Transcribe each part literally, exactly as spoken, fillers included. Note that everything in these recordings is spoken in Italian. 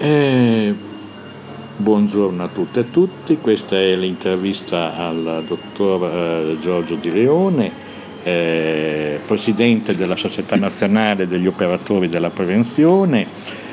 Eh, buongiorno a tutte e a tutti, questa è l'intervista al dottor eh, Giorgio Di Leone, eh, presidente della Società Nazionale degli Operatori della Prevenzione,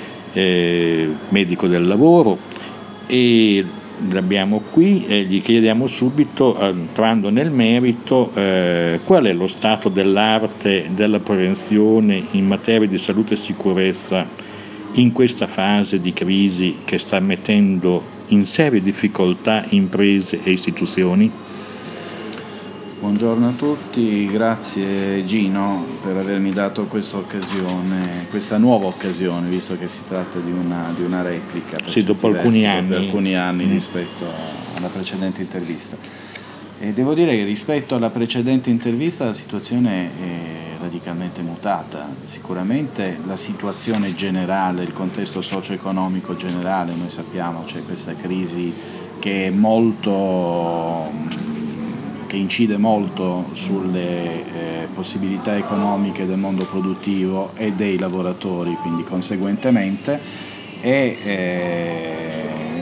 eh, medico del lavoro, e l'abbiamo qui e gli chiediamo subito, entrando nel merito, eh, qual è lo stato dell'arte della prevenzione in materia di salute e sicurezza in questa fase di crisi che sta mettendo in serie difficoltà imprese e istituzioni? Buongiorno a tutti, grazie Gino per avermi dato questa occasione, questa nuova occasione, visto che si tratta di una, di una replica per sì, dopo alcuni versi, anni, dopo alcuni anni mm. rispetto alla precedente intervista. E devo dire che rispetto alla precedente intervista la situazione è radicalmente mutata. Sicuramente la situazione generale, il contesto socio-economico generale, noi sappiamo c'è questa crisi che è molto, che incide molto sulle eh, possibilità economiche del mondo produttivo e dei lavoratori, quindi conseguentemente e eh,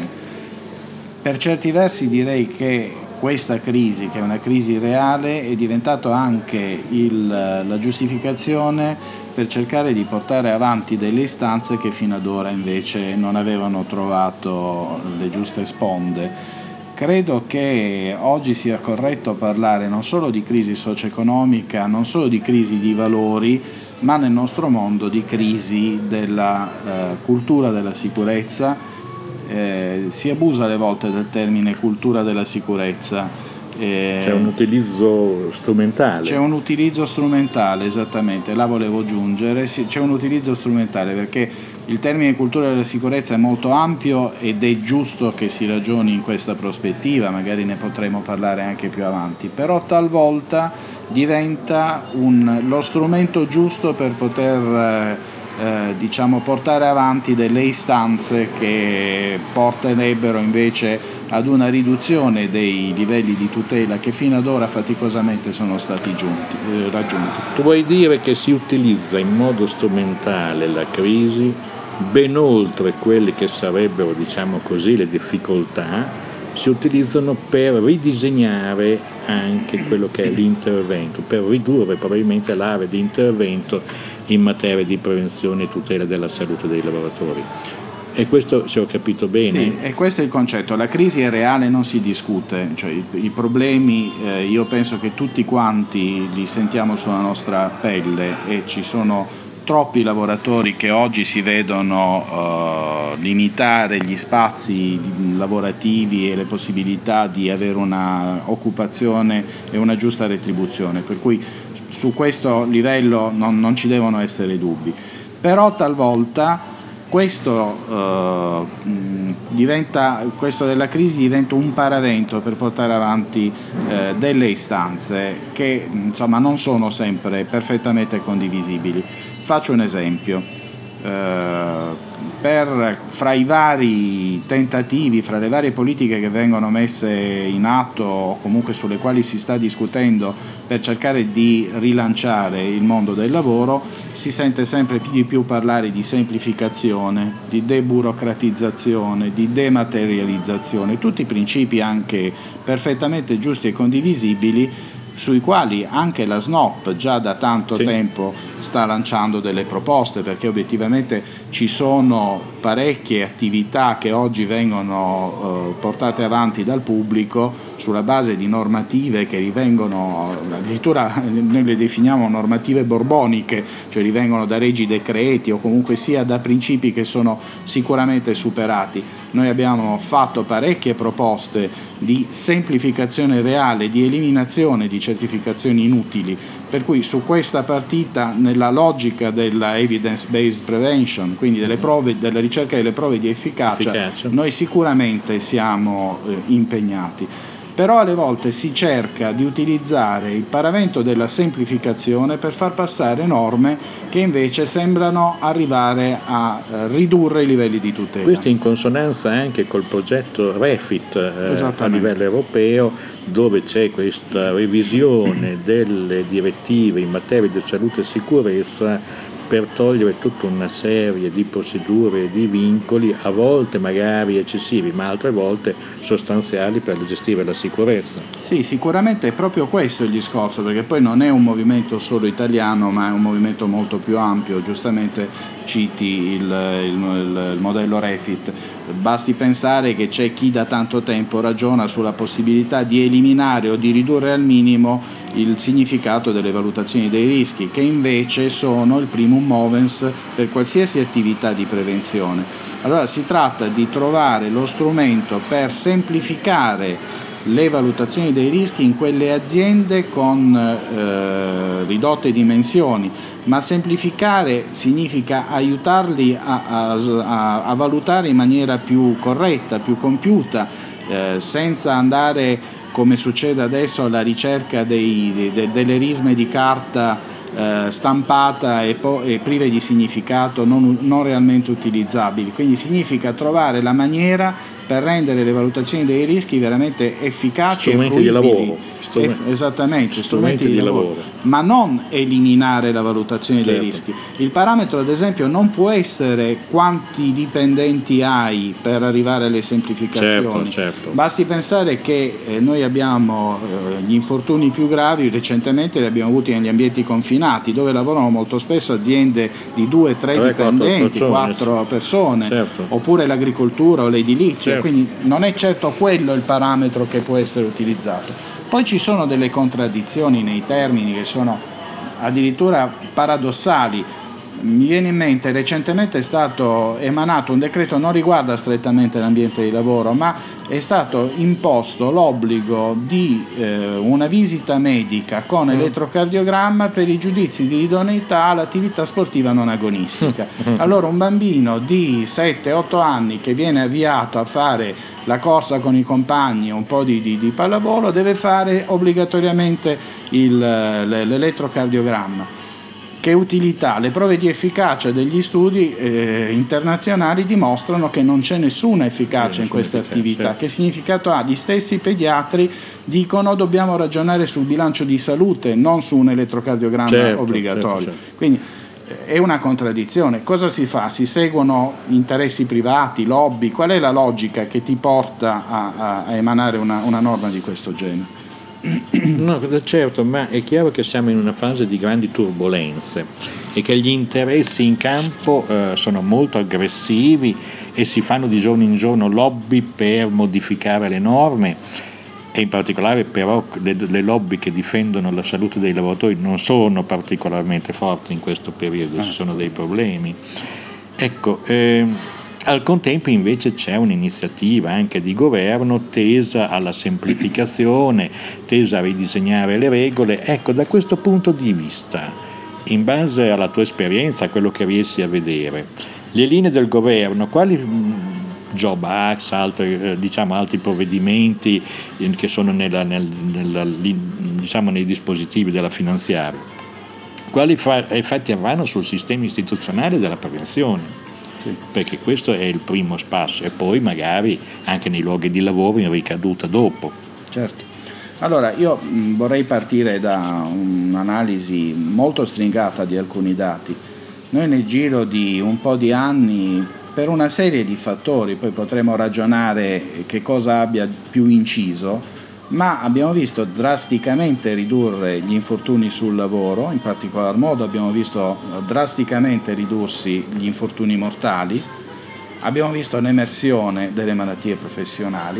per certi versi direi che questa crisi, che è una crisi reale, è diventato anche il, la giustificazione per cercare di portare avanti delle istanze che fino ad ora invece non avevano trovato le giuste sponde. Credo che oggi sia corretto parlare non solo di crisi socio-economica, non solo di crisi di valori, ma nel nostro mondo di crisi della eh, cultura della sicurezza. Eh, si abusa alle volte del termine cultura della sicurezza. Eh, c'è un utilizzo strumentale. C'è un utilizzo strumentale, esattamente, là volevo giungere, sì, c'è un utilizzo strumentale perché il termine cultura della sicurezza è molto ampio ed è giusto che si ragioni in questa prospettiva, magari ne potremo parlare anche più avanti, però talvolta diventa un, lo strumento giusto per poter Eh, diciamo portare avanti delle istanze che porterebbero invece ad una riduzione dei livelli di tutela che fino ad ora faticosamente sono stati giunti, eh, raggiunti. Tu vuoi dire che si utilizza in modo strumentale la crisi ben oltre quelle che sarebbero, diciamo così, le difficoltà, si utilizzano per ridisegnare anche quello che è l'intervento, per ridurre probabilmente l'area di intervento in materia di prevenzione e tutela della salute dei lavoratori. E questo, se ho capito bene? Sì, e questo è il concetto. La crisi è reale, non si discute, cioè i, i problemi eh, io penso che tutti quanti li sentiamo sulla nostra pelle e ci sono troppi lavoratori che oggi si vedono uh, limitare gli spazi lavorativi e le possibilità di avere una occupazione e una giusta retribuzione, per cui su questo livello non, non ci devono essere dubbi, però talvolta questo, uh, diventa, questo della crisi diventa un paravento per portare avanti uh, delle istanze che insomma non sono sempre perfettamente condivisibili. Faccio un esempio. Uh, per, fra i vari tentativi, fra le varie politiche che vengono messe in atto o comunque sulle quali si sta discutendo per cercare di rilanciare il mondo del lavoro, si sente sempre più di più parlare di semplificazione, di deburocratizzazione, di dematerializzazione, tutti principi anche perfettamente giusti e condivisibili, sui quali anche la S N O P già da tanto sì. tempo sta lanciando delle proposte, perché obiettivamente ci sono parecchie attività che oggi vengono eh, portate avanti dal pubblico sulla base di normative che rivengono, addirittura noi le definiamo normative borboniche, cioè rivengono da regi decreti o comunque sia da principi che sono sicuramente superati. Noi abbiamo fatto parecchie proposte di semplificazione reale, di eliminazione di certificazioni inutili, per cui su questa partita, nella logica della evidence-based prevention, quindi delle prove, della ricerca delle prove di efficacia, efficacia. noi sicuramente siamo eh, impegnati. Però alle volte si cerca di utilizzare il paravento della semplificazione per far passare norme che invece sembrano arrivare a eh, ridurre i livelli di tutela. Questo in consonanza anche col progetto REFIT eh, a livello europeo, dove c'è questa revisione delle direttive in materia di salute e sicurezza per togliere tutta una serie di procedure e di vincoli, a volte magari eccessivi, ma altre volte sostanziali per gestire la sicurezza. Sì, sicuramente è proprio questo il discorso, perché poi non è un movimento solo italiano, ma è un movimento molto più ampio. Giustamente citi il, il, il modello Refit. Basti pensare che c'è chi da tanto tempo ragiona sulla possibilità di eliminare o di ridurre al minimo il significato delle valutazioni dei rischi, che invece sono il primum movens per qualsiasi attività di prevenzione. Allora si tratta di trovare lo strumento per semplificare le valutazioni dei rischi in quelle aziende con eh, ridotte dimensioni, ma semplificare significa aiutarli a, a, a valutare in maniera più corretta, più compiuta, eh, senza andare, come succede adesso, alla ricerca dei, de, delle risme di carta eh, stampata e, po- e prive di significato, non, non realmente utilizzabili. Quindi significa trovare la maniera per rendere le valutazioni dei rischi veramente efficaci strumenti e fruibili. Di lavoro. Strumen- Eff- esattamente, strumenti, strumenti di, di lavoro, lavoro, ma non eliminare la valutazione certo. dei rischi. Il parametro, ad esempio, non può essere quanti dipendenti hai per arrivare alle semplificazioni. Certo, certo. Basti pensare che eh, noi abbiamo eh, gli infortuni più gravi, recentemente li abbiamo avuti negli ambienti confinati, dove lavorano molto spesso aziende di due, tre dipendenti, quattro persone, certo. oppure l'agricoltura o l'edilizia, certo. Quindi non è certo quello il parametro che può essere utilizzato. Poi ci sono delle contraddizioni nei termini che sono addirittura paradossali. Mi viene in mente, recentemente è stato emanato un decreto, non riguarda strettamente l'ambiente di lavoro, ma è stato imposto l'obbligo di eh, una visita medica con elettrocardiogramma per i giudizi di idoneità all'attività sportiva non agonistica. Allora un bambino di sette otto anni che viene avviato a fare la corsa con i compagni, un po' di, di, di pallavolo, deve fare obbligatoriamente il, l'elettrocardiogramma. Che utilità? Le prove di efficacia degli studi eh, internazionali dimostrano che non c'è nessuna efficacia in questa attività. Che significato ha? Gli stessi pediatri dicono dobbiamo ragionare sul bilancio di salute, non su un elettrocardiogramma certo, obbligatorio. Certo, certo. Quindi eh, è una contraddizione. Cosa si fa? Si seguono interessi privati, lobby? Qual è la logica che ti porta a, a, a emanare una, una norma di questo genere? No, certo, ma è chiaro che siamo in una fase di grandi turbolenze e che gli interessi in campo eh, sono molto aggressivi e si fanno di giorno in giorno lobby per modificare le norme, e in particolare però le, le lobby che difendono la salute dei lavoratori non sono particolarmente forti in questo periodo, ci sono dei problemi. Ecco, ehm, al contempo invece c'è un'iniziativa anche di governo tesa alla semplificazione, tesa a ridisegnare le regole. Ecco, da questo punto di vista, in base alla tua esperienza, a quello che riesci a vedere, le linee del governo, quali Job Act, altri, eh, diciamo, altri provvedimenti eh, che sono nella, nel, nella, diciamo, nei dispositivi della finanziaria, quali fa- effetti avranno sul sistema istituzionale della prevenzione? Perché questo è il primo passo, e poi magari anche nei luoghi di lavoro in ricaduta dopo. Certo. Allora io mh, vorrei partire da un'analisi molto stringata di alcuni dati. Noi nel giro di un po' di anni, per una serie di fattori, poi potremo ragionare che cosa abbia più inciso, ma abbiamo visto drasticamente ridurre gli infortuni sul lavoro, in particolar modo abbiamo visto drasticamente ridursi gli infortuni mortali, abbiamo visto l'emersione delle malattie professionali,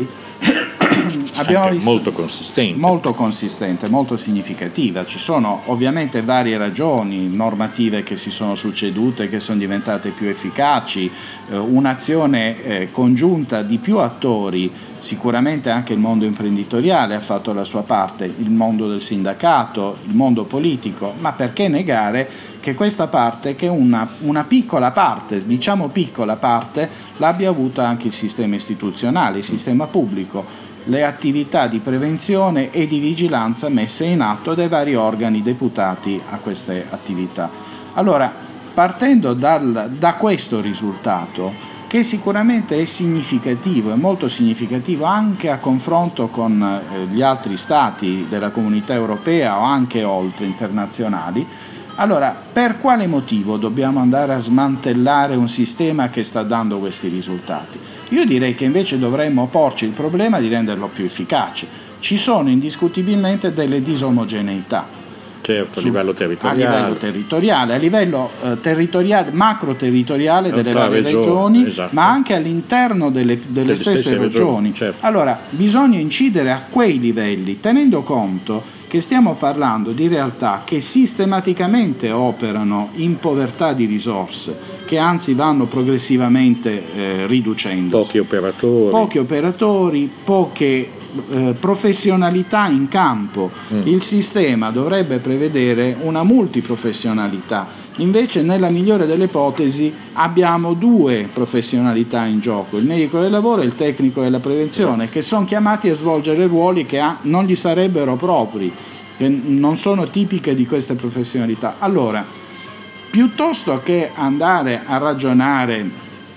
abbiamo visto molto consistente. molto consistente, molto significativa. Ci sono ovviamente varie ragioni normative che si sono succedute, che sono diventate più efficaci, eh, un'azione eh, congiunta di più attori. Sicuramente anche il mondo imprenditoriale ha fatto la sua parte, il mondo del sindacato, il mondo politico, ma perché negare che questa parte, che una, una piccola parte, diciamo piccola parte, l'abbia avuta anche il sistema istituzionale, il sistema pubblico, le attività di prevenzione e di vigilanza messe in atto dai vari organi deputati a queste attività. Allora, partendo dal, da questo risultato, che sicuramente è significativo, è molto significativo anche a confronto con eh, gli altri stati della comunità europea o anche oltre internazionali, Allora, per quale motivo dobbiamo andare a smantellare un sistema che sta dando questi risultati? Io direi che invece dovremmo porci il problema di renderlo più efficace. Ci sono indiscutibilmente delle disomogeneità. Certo, a livello territoriale. A livello territoriale, a livello eh, territoriale, macro territoriale delle varie regioni, regioni, esatto. ma anche all'interno delle, delle, delle stesse, stesse regioni. regioni. Certo. Allora, bisogna incidere a quei livelli, tenendo conto che stiamo parlando di realtà che sistematicamente operano in povertà di risorse, che anzi vanno progressivamente eh, riducendo. Pochi operatori. Pochi operatori, poche eh, professionalità in campo. Mm. Il sistema dovrebbe prevedere una multiprofessionalità. Invece, nella migliore delle ipotesi, abbiamo due professionalità in gioco, il medico del lavoro e il tecnico della prevenzione, sì. che sono chiamati a svolgere ruoli che ha, non gli sarebbero propri, che non sono tipiche di queste professionalità. Allora, piuttosto che andare a ragionare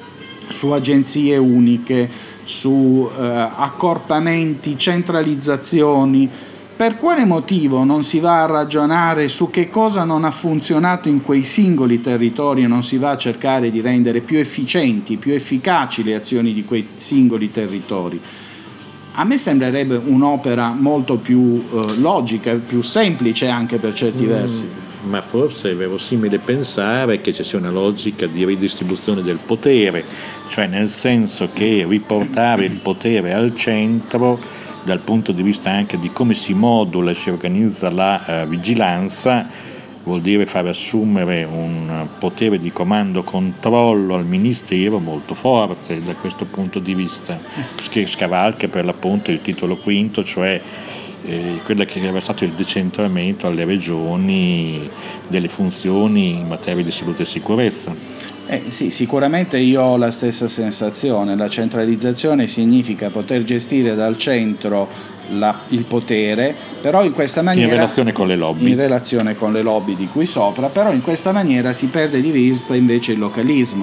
su agenzie uniche, su eh, accorpamenti, centralizzazioni, per quale motivo non si va a ragionare su che cosa non ha funzionato in quei singoli territori e non si va a cercare di rendere più efficienti, più efficaci le azioni di quei singoli territori? A me sembrerebbe un'opera molto più eh, logica, più semplice anche per certi mm, versi. Ma forse è verosimile pensare che ci sia una logica di ridistribuzione del potere, cioè nel senso che riportare il potere al centro dal punto di vista anche di come si modula e si organizza la uh, vigilanza, vuol dire far assumere un potere di comando-controllo al Ministero molto forte da questo punto di vista, che scavalca per l'appunto il titolo quinto, cioè eh, quello che era stato il decentramento alle regioni delle funzioni in materia di salute e sicurezza. Eh, sì, sicuramente io ho la stessa sensazione. La centralizzazione significa poter gestire dal centro la, il potere, però in questa maniera in relazione con le lobby in relazione con le lobby di cui sopra, però in questa maniera si perde di vista invece il localismo.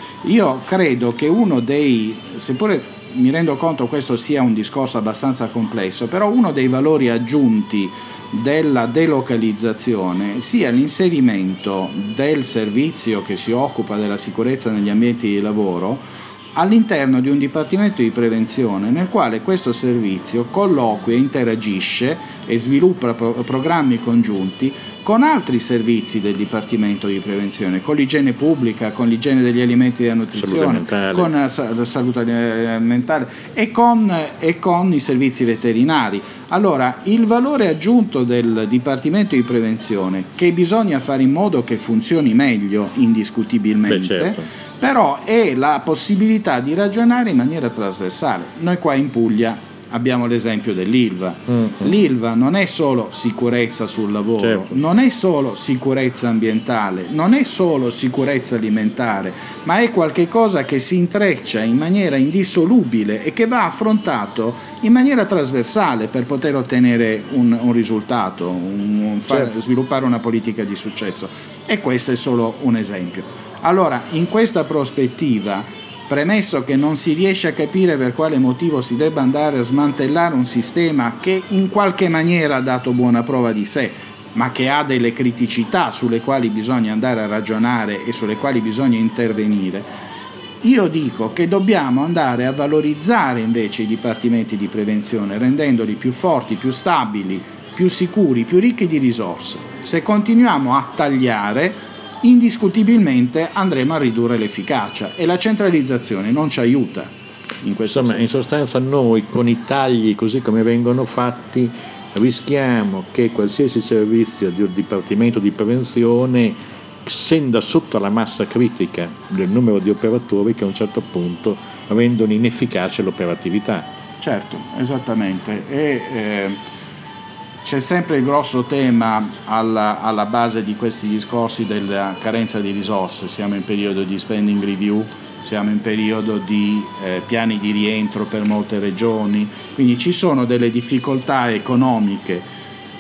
Io credo che uno dei, seppure mi rendo conto questo sia un discorso abbastanza complesso, però uno dei valori aggiunti della delocalizzazione sia l'inserimento del servizio che si occupa della sicurezza negli ambienti di lavoro all'interno di un dipartimento di prevenzione nel quale questo servizio colloquia, interagisce e sviluppa pro- programmi congiunti con altri servizi del dipartimento di prevenzione, con l'igiene pubblica, con l'igiene degli alimenti e della nutrizione, con la salute alimentare e con, e con i servizi veterinari. Allora, il valore aggiunto del dipartimento di prevenzione, che bisogna fare in modo che funzioni meglio indiscutibilmente, Beh, certo. però è la possibilità di ragionare in maniera trasversale. Noi qua in Puglia abbiamo l'esempio dell'Ilva. Mm-hmm. L'Ilva non è solo sicurezza sul lavoro, certo. non è solo sicurezza ambientale, non è solo sicurezza alimentare, ma è qualche cosa che si intreccia in maniera indissolubile e che va affrontato in maniera trasversale per poter ottenere un, un risultato, un, un far, certo. sviluppare una politica di successo. E questo è solo un esempio. Allora, in questa prospettiva, premesso che non si riesce a capire per quale motivo si debba andare a smantellare un sistema che in qualche maniera ha dato buona prova di sé, ma che ha delle criticità sulle quali bisogna andare a ragionare e sulle quali bisogna intervenire, io dico che dobbiamo andare a valorizzare invece i dipartimenti di prevenzione, rendendoli più forti, più stabili, più sicuri, più ricchi di risorse. Se continuiamo a tagliare, indiscutibilmente andremo a ridurre l'efficacia e la centralizzazione non ci aiuta in questo Insomma, senso. In sostanza noi con i tagli così come vengono fatti rischiamo che qualsiasi servizio di un dipartimento di prevenzione scenda sotto la massa critica del numero di operatori che a un certo punto rendono inefficace l'operatività. Certo, esattamente. E, eh, c'è sempre il grosso tema alla, alla base di questi discorsi della carenza di risorse. Siamo in periodo di spending review, siamo in periodo di eh, piani di rientro per molte regioni, quindi ci sono delle difficoltà economiche.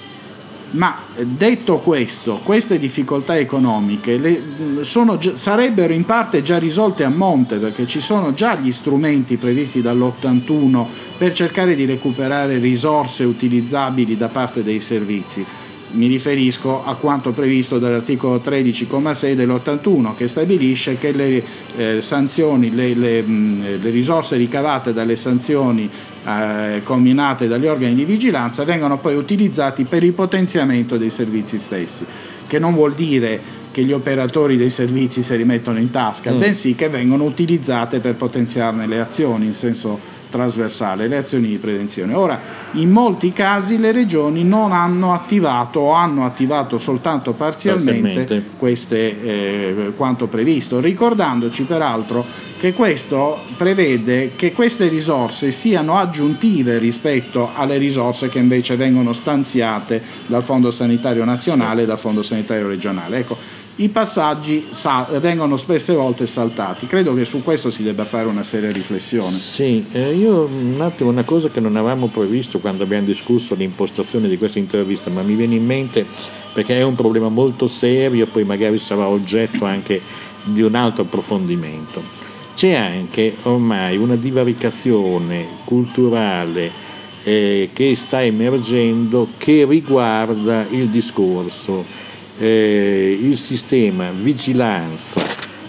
Ma detto questo, queste difficoltà economiche le, sono, sarebbero in parte già risolte a monte, perché ci sono già gli strumenti previsti dall'ottantuno per cercare di recuperare risorse utilizzabili da parte dei servizi. Mi riferisco a quanto previsto dall'articolo tredici comma sei dell'ottantuno, che stabilisce che le eh, sanzioni, le, le, mh, le risorse ricavate dalle sanzioni eh, comminate dagli organi di vigilanza vengono poi utilizzati per il potenziamento dei servizi stessi, che non vuol dire che gli operatori dei servizi se li mettono in tasca, mm. bensì che vengono utilizzate per potenziarne le azioni in senso trasversale, le azioni di prevenzione. Ora, in molti casi le regioni non hanno attivato o hanno attivato soltanto parzialmente, parzialmente. queste eh, quanto previsto, ricordandoci peraltro che questo prevede che queste risorse siano aggiuntive rispetto alle risorse che invece vengono stanziate dal Fondo Sanitario Nazionale e dal Fondo Sanitario Regionale. Ecco, i passaggi sal- vengono spesse volte saltati. Credo che su questo si debba fare una seria riflessione. Sì, eh, io un attimo, una cosa che non avevamo previsto quando abbiamo discusso l'impostazione di questa intervista, ma mi viene in mente perché è un problema molto serio, poi magari sarà oggetto anche di un altro approfondimento. C'è anche ormai una divaricazione culturale eh, che sta emergendo, che riguarda il discorso Eh, il sistema vigilanza,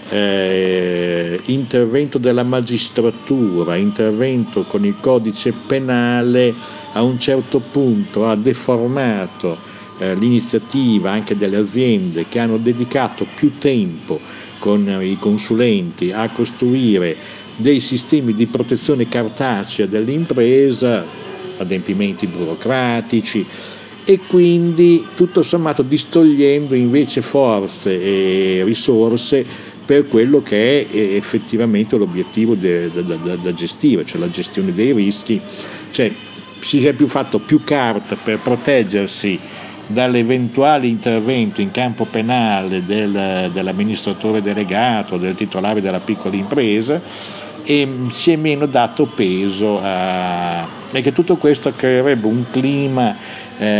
eh, intervento della magistratura, intervento con il codice penale, a un certo punto ha deformato eh, l'iniziativa anche delle aziende che hanno dedicato più tempo con i consulenti a costruire dei sistemi di protezione cartacea dell'impresa, adempimenti burocratici, e quindi tutto sommato distogliendo invece forze e risorse per quello che è effettivamente l'obiettivo da, da, da gestire, cioè la gestione dei rischi. Cioè si è più fatto più carta per proteggersi dall'eventuale intervento in campo penale del, dell'amministratore delegato, del titolare della piccola impresa, e si è meno dato peso a... e che tutto questo creerebbe un clima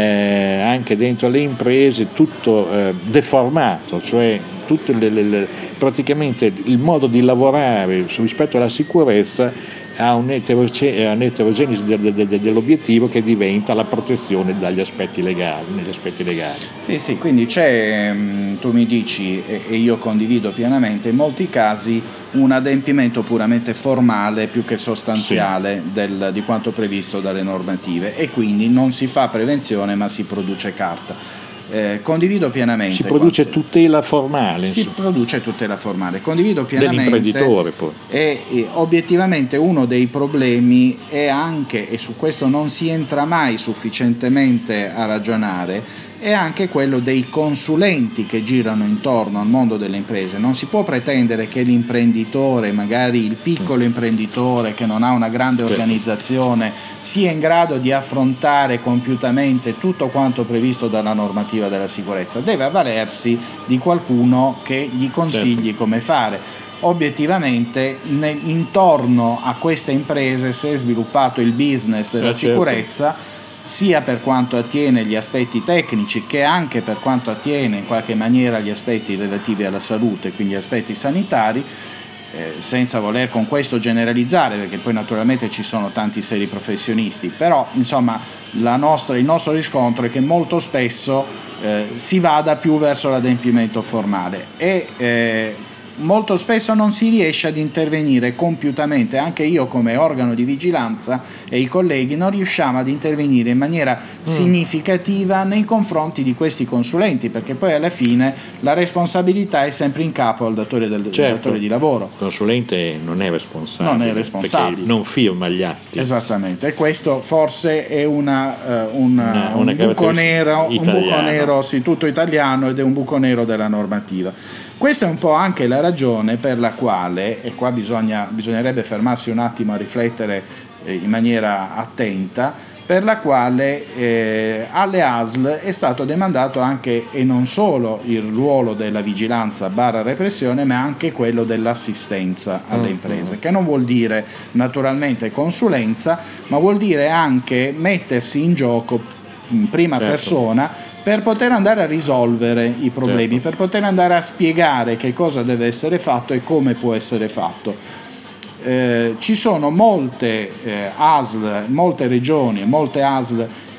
Eh, anche dentro le imprese tutto eh, deformato, cioè tutte le, le, le, praticamente il modo di lavorare rispetto alla sicurezza ha un'eterogenesi de, de, de, dell'obiettivo che diventa la protezione dagli aspetti legali, negli aspetti legali. Sì, sì, quindi c'è, tu mi dici, e io condivido pienamente, in molti casi un adempimento puramente formale più che sostanziale sì. del, di quanto previsto dalle normative, e quindi non si fa prevenzione ma si produce carta. Eh, condivido pienamente. Si produce quanto, tutela formale. Si insomma. produce tutela formale. Condivido pienamente. Dell'imprenditore poi. E, e obiettivamente uno dei problemi è anche, e su questo non si entra mai sufficientemente a ragionare, è anche quello dei consulenti che girano intorno al mondo delle imprese. Non si può pretendere che l'imprenditore, magari il piccolo imprenditore che non ha una grande organizzazione, sia in grado di affrontare compiutamente tutto quanto previsto dalla normativa della sicurezza. Deve avvalersi di qualcuno che gli consigli certo. come fare. Obiettivamente nel, intorno a queste imprese si è sviluppato il business della eh, sicurezza, certo. sia per quanto attiene gli aspetti tecnici che anche per quanto attiene in qualche maniera gli aspetti relativi alla salute, quindi aspetti sanitari, eh, senza voler con questo generalizzare, perché poi naturalmente ci sono tanti seri professionisti, però insomma la nostra, il nostro riscontro è che molto spesso eh, si vada più verso l'adempimento formale e eh, molto spesso non si riesce ad intervenire compiutamente. Anche io come organo di vigilanza e i colleghi non riusciamo ad intervenire in maniera mm. significativa nei confronti di questi consulenti, perché poi alla fine la responsabilità è sempre in capo al datore, del, certo. del datore di lavoro. Il consulente non è responsabile, non è responsabile perché non firma gli atti. Esattamente, e questo forse è una, uh, una, una, un, una buco nero, un buco nero sì, tutto italiano, ed è un buco nero della normativa. Questa è un po' anche la ragione per la quale, e qua bisogna, bisognerebbe fermarsi un attimo a riflettere eh, in maniera attenta, per la quale eh, alle A S L è stato demandato anche e non solo il ruolo della vigilanza barra repressione, ma anche quello dell'assistenza alle mm-hmm. imprese, che non vuol dire naturalmente consulenza, ma vuol dire anche mettersi in gioco in prima certo. persona per poter andare a risolvere i problemi, certo. per poter andare a spiegare che cosa deve essere fatto e come può essere fatto. Eh, ci sono molte eh, A S L, molte regioni, molte A S L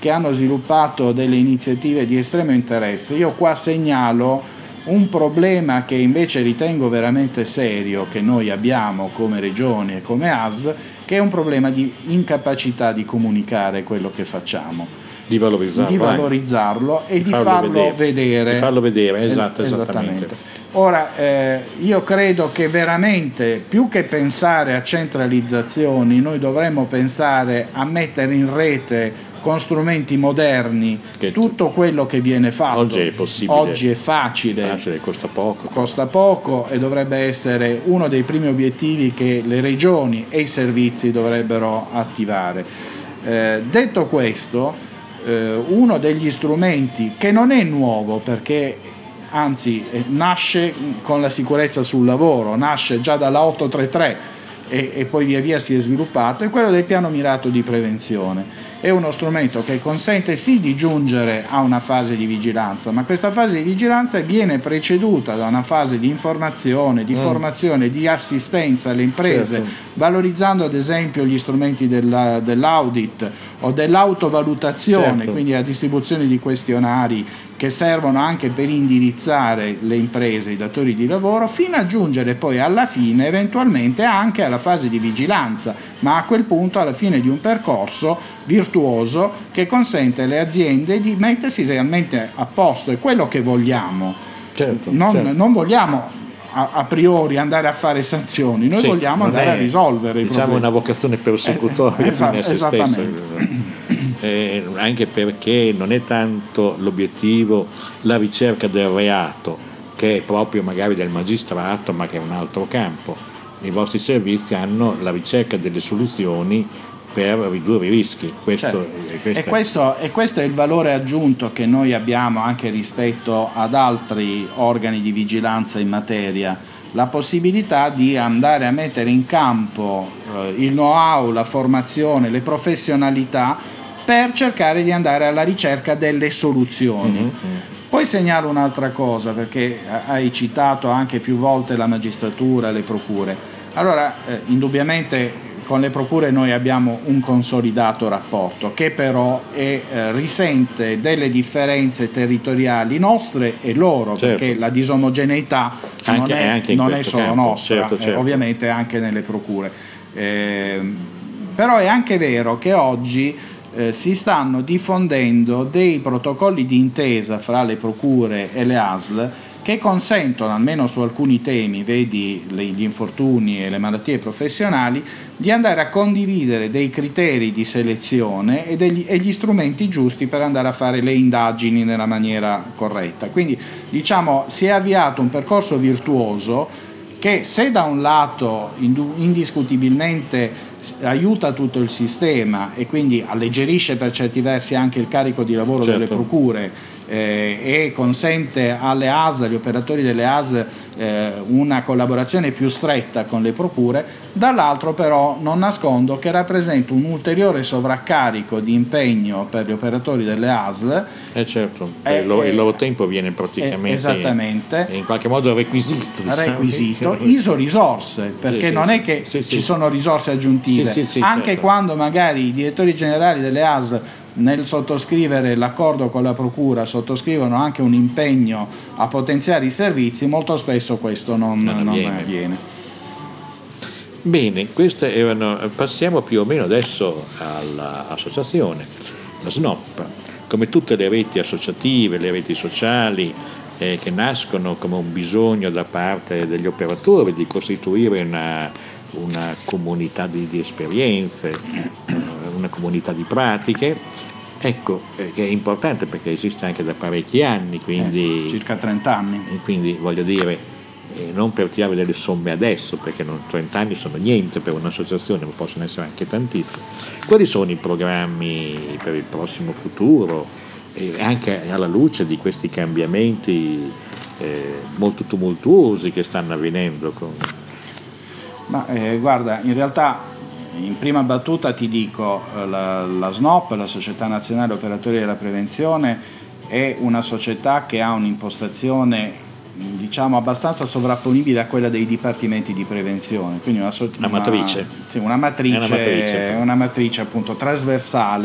che hanno sviluppato delle iniziative di estremo interesse. Io qua segnalo un problema che invece ritengo veramente serio, che noi abbiamo come regione e come A S L, che è un problema di incapacità di comunicare quello che facciamo, di valorizzarlo, di valorizzarlo e di, di farlo, farlo vedere, vedere. Di farlo vedere, esatto, esattamente. esattamente. Ora, eh, io credo che veramente, più che pensare a centralizzazioni, noi dovremmo pensare a mettere in rete con strumenti moderni che tutto quello che viene fatto. Oggi è possibile, oggi è facile, facile, costa poco. Costa poco e dovrebbe essere uno dei primi obiettivi che le regioni e i servizi dovrebbero attivare. Eh, detto questo, eh, uno degli strumenti che non è nuovo, perché anzi eh, nasce con la sicurezza sul lavoro, nasce già dalla ottocentotrentatré e, e poi via via si è sviluppato, è quello del piano mirato di prevenzione. È uno strumento che consente sì di giungere a una fase di vigilanza, ma questa fase di vigilanza viene preceduta da una fase di informazione, di mm. formazione, di assistenza alle imprese, certo. valorizzando ad esempio gli strumenti della, dell'audit o dell'autovalutazione, certo. quindi la distribuzione di questionari che servono anche per indirizzare le imprese, i datori di lavoro, fino a giungere poi alla fine eventualmente anche alla fase di vigilanza, ma a quel punto alla fine di un percorso virtuoso che consente alle aziende di mettersi realmente a posto. È quello che vogliamo. Certo, non, certo. non vogliamo a, a priori andare a fare sanzioni, noi sì, vogliamo andare è, a risolvere i diciamo problemi. Una vocazione persecutoria eh, fine a se esattamente. Stesso. Eh, anche perché non è tanto l'obiettivo la ricerca del reato, che è proprio magari del magistrato, ma che è un altro campo. I vostri servizi hanno la ricerca delle soluzioni per ridurre i rischi. Questo, certo. questo e, questo, e questo è il valore aggiunto che noi abbiamo anche rispetto ad altri organi di vigilanza in materia, la possibilità di andare a mettere in campo eh, il know-how, la formazione, le professionalità per cercare di andare alla ricerca delle soluzioni. Mm-hmm. Poi segnalo un'altra cosa, perché hai citato anche più volte la magistratura, le procure. Allora, eh, indubbiamente con le procure noi abbiamo un consolidato rapporto che però è, eh, risente delle differenze territoriali nostre e loro, certo. perché la disomogeneità anche, non è, anche non è solo campo. nostra, certo, certo. Eh, ovviamente anche nelle procure. Eh, però è anche vero che oggi Eh, si stanno diffondendo dei protocolli di intesa fra le procure e le A S L che consentono, almeno su alcuni temi, vedi gli infortuni e le malattie professionali, di andare a condividere dei criteri di selezione e, degli, e gli strumenti giusti per andare a fare le indagini nella maniera corretta. Quindi diciamo si è avviato un percorso virtuoso che, se da un lato indiscutibilmente aiuta tutto il sistema e quindi alleggerisce per certi versi anche il carico di lavoro certo. delle procure eh, e consente alle A S L, agli operatori delle A S L eh, una collaborazione più stretta con le procure, dall'altro però non nascondo che rappresenta un ulteriore sovraccarico di impegno per gli operatori delle A S L. Eh certo, eh, il, loro, eh, il loro tempo viene praticamente eh, esattamente. in qualche modo requisito. Diciamo. Requisito, iso risorse, perché sì, non sì, è che sì, ci sì. sono risorse aggiuntive, sì, sì, sì, anche certo. quando magari i direttori generali delle A S L nel sottoscrivere l'accordo con la procura sottoscrivono anche un impegno a potenziare i servizi, molto spesso questo non, non, avviene. non avviene. Bene, queste erano, passiamo più o meno adesso all'associazione, la S N O P. Come tutte le reti associative, le reti sociali eh, che nascono come un bisogno da parte degli operatori di costituire una, una comunità di, di esperienze, una comunità di pratiche, ecco, eh, che è importante perché esiste anche da parecchi anni, quindi eh sì, circa trenta anni. Quindi voglio dire, eh, non per tirare delle somme adesso, perché non, trenta anni sono niente per un'associazione, ma possono essere anche tantissimi. Quali sono i programmi per il prossimo futuro, e eh, anche alla luce di questi cambiamenti eh, molto tumultuosi che stanno avvenendo? Con... Ma eh, guarda, in realtà in prima battuta ti dico, la, la S N O P, la Società Nazionale Operatori della Prevenzione, è una società che ha un'impostazione diciamo abbastanza sovrapponibile a quella dei dipartimenti di prevenzione, quindi una, so- una matrice, una, sì, una matrice, una matrice, una matrice appunto trasversale,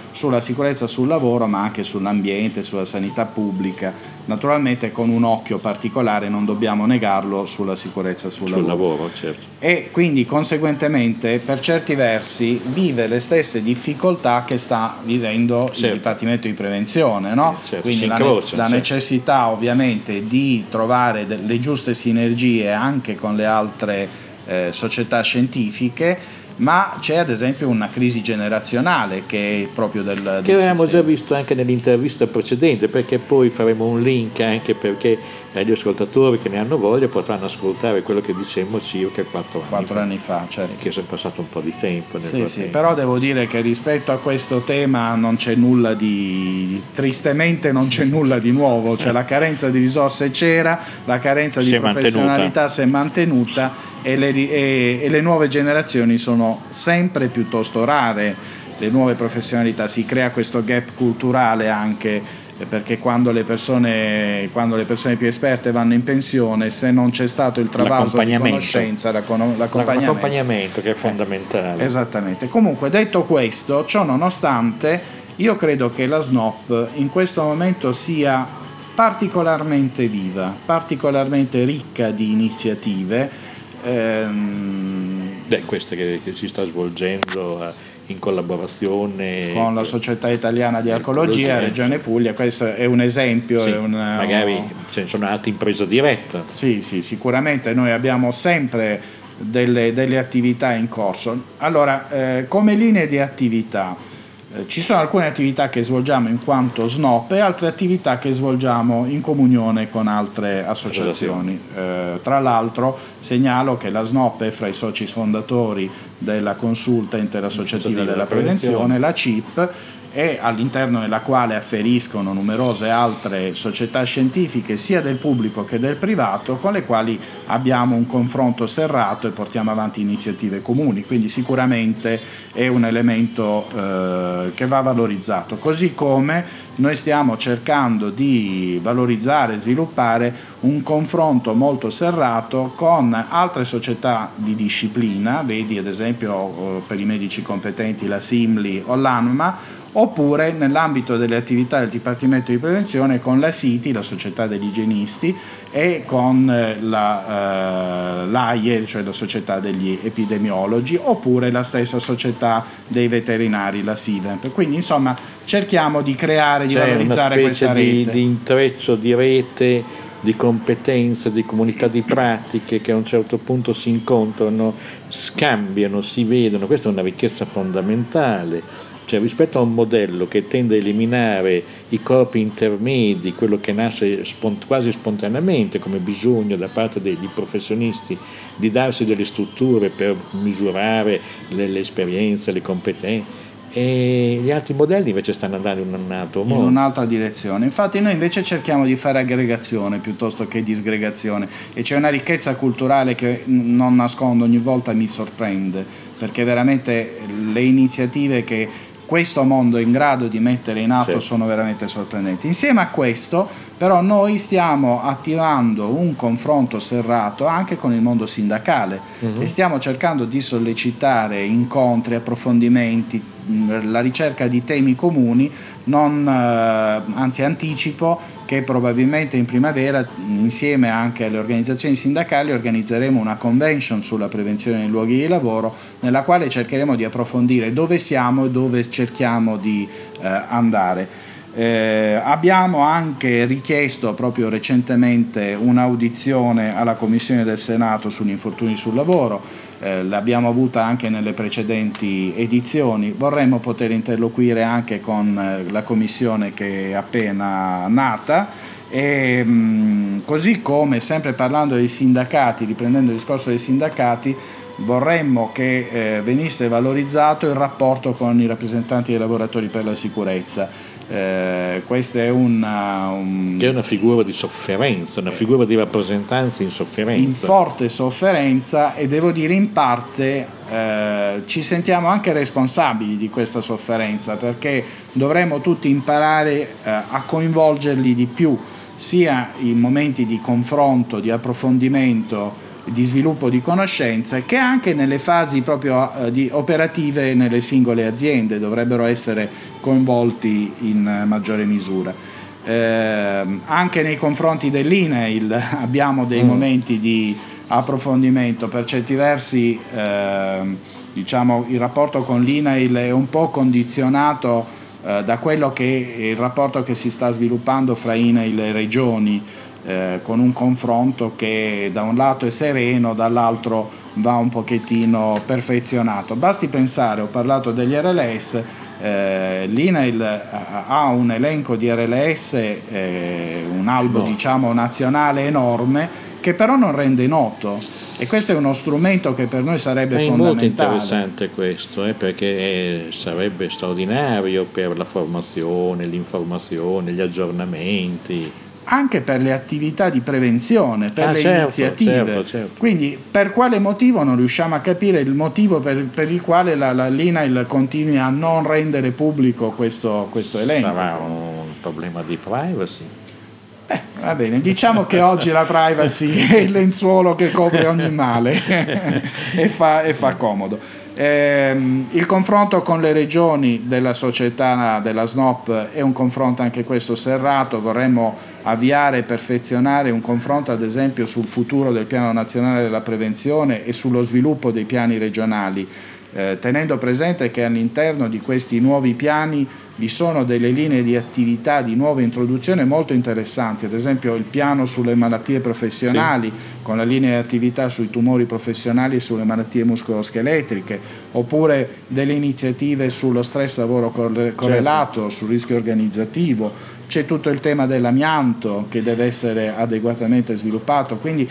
sulla sicurezza sul lavoro, ma anche sull'ambiente, sulla sanità pubblica, naturalmente con un occhio particolare, non dobbiamo negarlo, sulla sicurezza sul, sul lavoro. lavoro certo. E quindi conseguentemente per certi versi vive le stesse difficoltà che sta vivendo certo. il Dipartimento di Prevenzione, no? Eh, certo. Quindi la, incrocia, la certo. necessità ovviamente di trovare de- le giuste sinergie anche con le altre eh, società scientifiche, ma c'è ad esempio una crisi generazionale che è proprio del, del che avevamo sistema. già visto anche nell'intervista precedente, perché poi faremo un link anche perché gli ascoltatori che ne hanno voglia potranno ascoltare quello che dicemmo circa quattro anni quattro fa, anni fa certo. che è passato un po' di tempo nel sì, sì, però devo dire che rispetto a questo tema non c'è nulla di tristemente non c'è nulla di nuovo, cioè la carenza di risorse c'era, la carenza di si professionalità si è mantenuta e le, e, e le nuove generazioni sono sempre piuttosto rare, le nuove professionalità, si crea questo gap culturale anche perché quando le persone quando le persone più esperte vanno in pensione, se non c'è stato il travaso di conoscenza, l'accompagnamento. l'accompagnamento che è fondamentale. Eh, esattamente. Comunque, detto questo, ciò nonostante, io credo che la S N O P in questo momento sia particolarmente viva, particolarmente ricca di iniziative. Ehm, Beh, questa che, che si sta svolgendo in collaborazione con la Società Italiana di Archeologia, Regione Puglia, questo è un esempio. Sì, è una, magari ce ne sono altri in presa diretta. Sì, sì, sicuramente noi abbiamo sempre delle, delle attività in corso. Allora, eh, come linee di attività, eh, ci sono alcune attività che svolgiamo in quanto S N O P e altre attività che svolgiamo in comunione con altre associazioni. Eh, tra l'altro segnalo che la S N O P è fra i soci fondatori della Consulta Interassociativa della Prevenzione, la C I P, e all'interno della quale afferiscono numerose altre società scientifiche sia del pubblico che del privato, con le quali abbiamo un confronto serrato e portiamo avanti iniziative comuni, quindi sicuramente è un elemento eh, che va valorizzato, così come noi stiamo cercando di valorizzare e sviluppare un confronto molto serrato con altre società di disciplina, vedi ad esempio per i medici competenti la SIMLI o l'ANMA, oppure nell'ambito delle attività del Dipartimento di Prevenzione con la SITI, la Società degli Igienisti, e con la, eh, l'A I E, cioè la Società degli Epidemiologi, oppure la stessa Società dei Veterinari, la SIVEMP. Quindi insomma cerchiamo di creare, di C'è valorizzare questa rete. C'è una specie di, di intreccio di rete, di competenze, di comunità di pratiche che a un certo punto si incontrano, scambiano, si vedono. Questa è una ricchezza fondamentale. Cioè, rispetto a un modello che tende a eliminare i corpi intermedi, quello che nasce spont- quasi spontaneamente come bisogno da parte degli professionisti di darsi delle strutture per misurare le, le esperienze, le competenze, e gli altri modelli invece stanno andando in un altro modo, in un'altra direzione. Infatti noi invece cerchiamo di fare aggregazione piuttosto che disgregazione, e c'è una ricchezza culturale che non nascondo, ogni volta mi sorprende, perché veramente le iniziative che questo mondo è in grado di mettere in atto certo. sono veramente sorprendenti. Insieme a questo però noi stiamo attivando un confronto serrato anche con il mondo sindacale, uh-huh. e stiamo cercando di sollecitare incontri, approfondimenti, la ricerca di temi comuni, non, eh, anzi anticipo che probabilmente in primavera, insieme anche alle organizzazioni sindacali, organizzeremo una convention sulla prevenzione nei luoghi di lavoro, nella quale cercheremo di approfondire dove siamo e dove cerchiamo di eh, andare. Eh, abbiamo anche richiesto proprio recentemente un'audizione alla Commissione del Senato sugli infortuni sul lavoro, eh, l'abbiamo avuta anche nelle precedenti edizioni, vorremmo poter interloquire anche con eh, la Commissione che è appena nata, e mh, così come, sempre parlando dei sindacati, riprendendo il discorso dei sindacati, vorremmo che eh, venisse valorizzato il rapporto con i rappresentanti dei lavoratori per la sicurezza. Eh, questa è una, un... che è una figura di sofferenza, una figura di rappresentanza in sofferenza, in forte sofferenza, e devo dire in parte eh, ci sentiamo anche responsabili di questa sofferenza, perché dovremmo tutti imparare eh, a coinvolgerli di più, sia in momenti di confronto, di approfondimento di sviluppo di conoscenze, che anche nelle fasi proprio eh, di operative nelle singole aziende dovrebbero essere coinvolti in maggiore misura. Eh, anche nei confronti dell'I N A I L abbiamo dei mm. momenti di approfondimento. Per certi versi eh, diciamo, il rapporto con l'I N A I L è un po' condizionato eh, da quello che è il rapporto che si sta sviluppando fra I N A I L e regioni, eh, con un confronto che da un lato è sereno, dall'altro va un pochettino perfezionato. Basti pensare, ho parlato degli R L S, eh, l'I N A I L ha un elenco di R L S, eh, un albo no. diciamo nazionale enorme, che però non rende noto, e questo è uno strumento che per noi sarebbe è fondamentale. È molto interessante questo, eh, perché eh, sarebbe straordinario per la formazione, l'informazione, gli aggiornamenti, anche per le attività di prevenzione, per ah, le certo, iniziative. Certo, certo. Quindi per quale motivo non riusciamo a capire il motivo per, per il quale la, la, l'I N A I L continui a non rendere pubblico questo, questo elenco? Sarà un problema di privacy? Eh, va bene, diciamo che oggi la privacy è il lenzuolo che copre ogni male e, fa, e fa comodo. Eh, il confronto con le regioni della società della S N O P è un confronto anche questo serrato. Vorremmo avviare e perfezionare un confronto ad esempio sul futuro del piano nazionale della prevenzione e sullo sviluppo dei piani regionali, eh, tenendo presente che all'interno di questi nuovi piani vi sono delle linee di attività di nuova introduzione molto interessanti, ad esempio il piano sulle malattie professionali, sì. con la linea di attività sui tumori professionali e sulle malattie muscoloscheletriche, oppure delle iniziative sullo stress lavoro correlato, certo. sul rischio organizzativo. C'è tutto il tema dell'amianto che deve essere adeguatamente sviluppato, quindi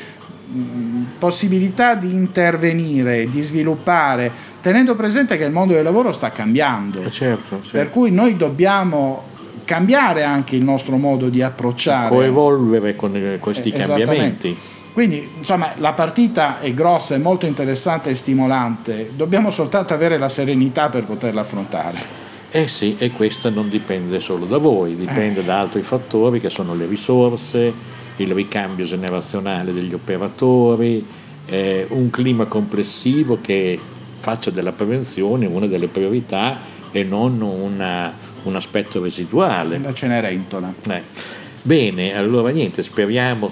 mh, possibilità di intervenire, di sviluppare, tenendo presente che il mondo del lavoro sta cambiando, certo, certo. per cui noi dobbiamo cambiare anche il nostro modo di approcciare, coevolvere con questi eh, cambiamenti. Quindi insomma la partita è grossa, è molto interessante e stimolante, dobbiamo soltanto avere la serenità per poterla affrontare. Eh sì, e questa non dipende solo da voi, dipende eh. da altri fattori che sono le risorse, il ricambio generazionale degli operatori, eh, un clima complessivo che faccia della prevenzione una delle priorità e non una, un aspetto residuale. La Cenerentola. Eh. Bene, allora niente, speriamo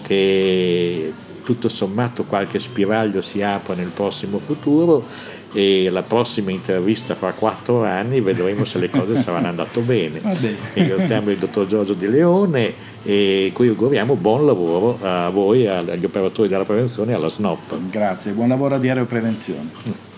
che tutto sommato qualche spiraglio si apra nel prossimo futuro, e la prossima intervista fra quattro anni vedremo se le cose saranno andate bene. Ringraziamo il dottor Giorgio Di Leone e cui auguriamo buon lavoro a voi, agli operatori della prevenzione e alla S N O P. Grazie, buon lavoro a Diario Prevenzione.